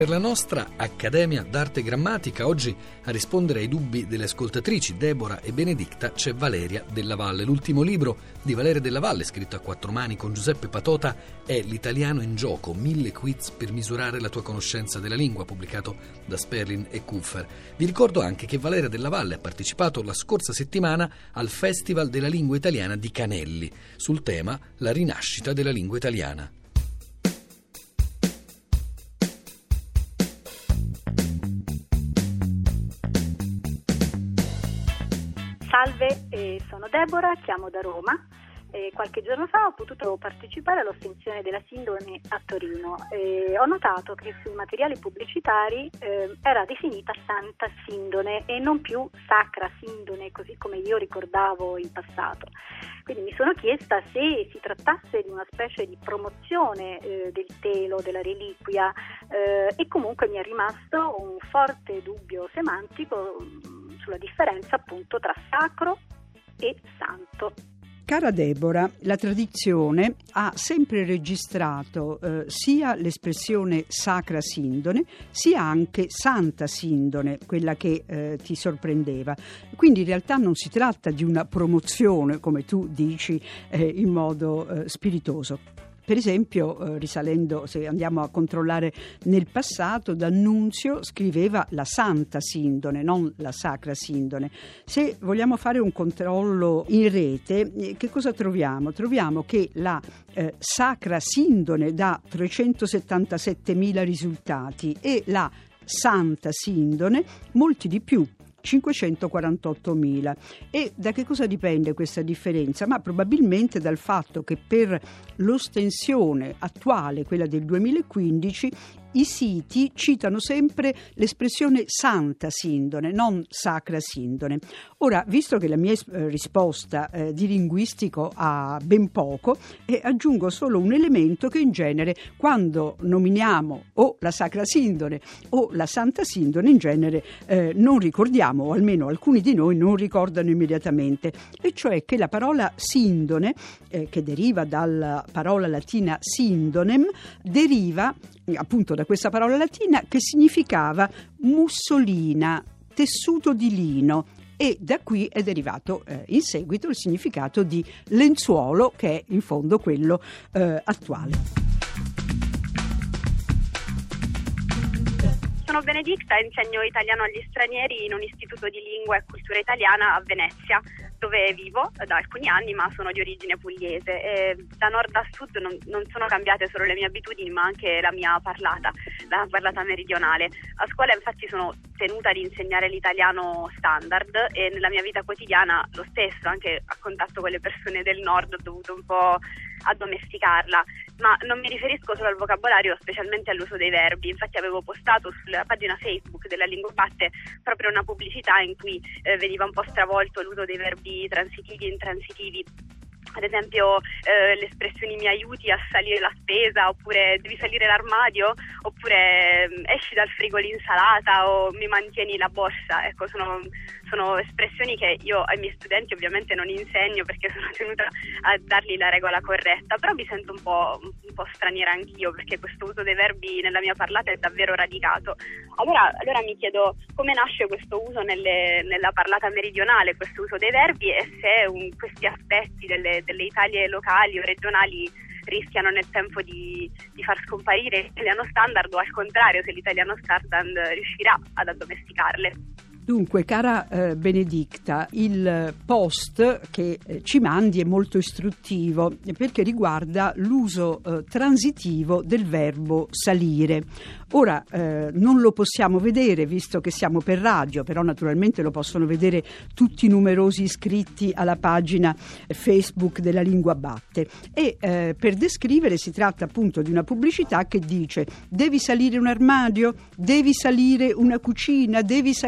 Per la nostra Accademia d'Arte Grammatica oggi a rispondere ai dubbi delle ascoltatrici Deborah e Benedicta c'è Valeria Della Valle. L'ultimo libro di Valeria Della Valle, scritto a quattro mani con Giuseppe Patota, è L'italiano in gioco, 1000 quiz per misurare la tua conoscenza della lingua, pubblicato da Sperlin e Kupfer. Vi ricordo anche che Valeria Della Valle ha partecipato la scorsa settimana al Festival della Lingua Italiana di Canelli sul tema La rinascita della lingua italiana. Salve, sono Deborah, chiamo da Roma. Qualche giorno fa ho potuto partecipare all'ostensione della sindone a Torino. Ho notato che sui materiali pubblicitari era definita Santa Sindone e non più Sacra Sindone, così come io ricordavo in passato. Quindi mi sono chiesta se si trattasse di una specie di promozione del telo, della reliquia, e comunque mi è rimasto un forte dubbio semantico sulla differenza appunto tra sacro e santo. Cara Deborah, la tradizione ha sempre registrato sia l'espressione Sacra Sindone, sia anche Santa Sindone, quella che ti sorprendeva. Quindi in realtà non si tratta di una promozione, come tu dici, in modo spiritoso. Per esempio, risalendo, se andiamo a controllare nel passato, D'Annunzio scriveva la Santa Sindone, non la Sacra Sindone. Se vogliamo fare un controllo in rete, che cosa troviamo? Troviamo che la Sacra Sindone dà 377.000 risultati e la Santa Sindone molti di più, 548.000. E da che cosa dipende questa differenza? Ma probabilmente dal fatto che per l'ostensione attuale, quella del 2015, i siti citano sempre l'espressione Santa Sindone, non Sacra Sindone. Ora, visto che la mia risposta di linguistico ha ben poco, aggiungo solo un elemento che in genere, quando nominiamo o la Sacra Sindone o la Santa Sindone, in genere non ricordiamo, o almeno alcuni di noi non ricordano immediatamente, e cioè che la parola sindone, che deriva dalla parola latina sindonem, deriva appunto da questa parola latina che significava mussolina, tessuto di lino, e da qui è derivato in seguito il significato di lenzuolo, che è in fondo quello attuale. Sono Benedicta e insegno italiano agli stranieri in un istituto di lingua e cultura italiana a Venezia, dove vivo da alcuni anni, ma sono di origine pugliese. E da nord a sud non sono cambiate solo le mie abitudini, ma anche la mia parlata, la parlata meridionale. A scuola infatti sono tenuta ad insegnare l'italiano standard e nella mia vita quotidiana lo stesso, anche a contatto con le persone del nord ho dovuto un po' addomesticarla, ma non mi riferisco solo al vocabolario, specialmente all'uso dei verbi. Infatti avevo postato sulla pagina Facebook della Linguabatte proprio una pubblicità in cui veniva un po' stravolto l'uso dei verbi transitivi e intransitivi. Ad esempio le espressioni mi aiuti a salire la spesa, oppure devi salire l'armadio, oppure esci dal frigo l'insalata, o mi mantieni la borsa. Ecco, sono espressioni che io ai miei studenti ovviamente non insegno perché sono tenuta a dargli la regola corretta, però mi sento un po' straniera anch'io, perché questo uso dei verbi nella mia parlata è davvero radicato. Allora mi chiedo come nasce questo uso nella parlata meridionale, questo uso dei verbi, e se questi aspetti delle Italie locali o regionali rischiano nel tempo di far scomparire l'italiano standard, o al contrario se l'italiano standard riuscirà ad addomesticarle. Dunque, cara Benedicta, il post che ci mandi è molto istruttivo perché riguarda l'uso transitivo del verbo salire. Ora, non lo possiamo vedere visto che siamo per radio, però naturalmente lo possono vedere tutti i numerosi iscritti alla pagina Facebook della Linguabatte. E per descrivere si tratta appunto di una pubblicità che dice: devi salire un armadio, devi salire una cucina, devi salire oggetti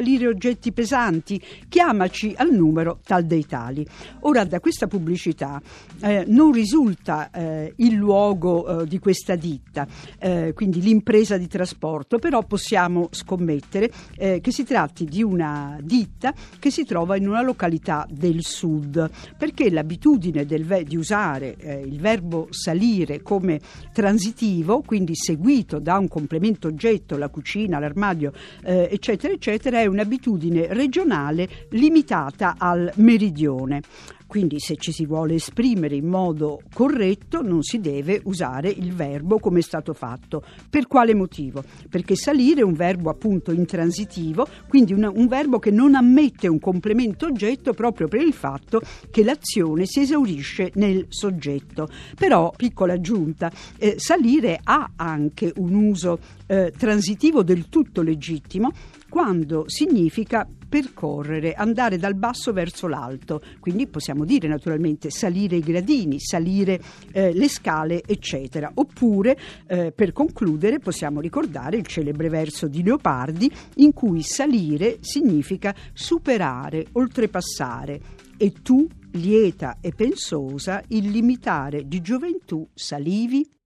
oggetti pesanti, chiamaci al numero tal dei tali. Ora, da questa pubblicità non risulta il luogo di questa ditta, quindi l'impresa di trasporto, però possiamo scommettere che si tratti di una ditta che si trova in una località del sud, perché l'abitudine di usare il verbo salire come transitivo, quindi seguito da un complemento oggetto, la cucina, l'armadio, eccetera, eccetera, è un'abitudine regionale limitata al meridione. Quindi se ci si vuole esprimere in modo corretto non si deve usare il verbo come è stato fatto. Per quale motivo? Perché salire è un verbo appunto intransitivo, quindi un verbo che non ammette un complemento oggetto proprio per il fatto che l'azione si esaurisce nel soggetto. Però, piccola aggiunta, salire ha anche un uso transitivo del tutto legittimo quando significa percorrere, andare dal basso verso l'alto, quindi possiamo dire naturalmente salire i gradini, salire le scale, eccetera. Oppure, per concludere, possiamo ricordare il celebre verso di Leopardi in cui salire significa superare, oltrepassare. E tu, lieta e pensosa, il limitare di gioventù salivi.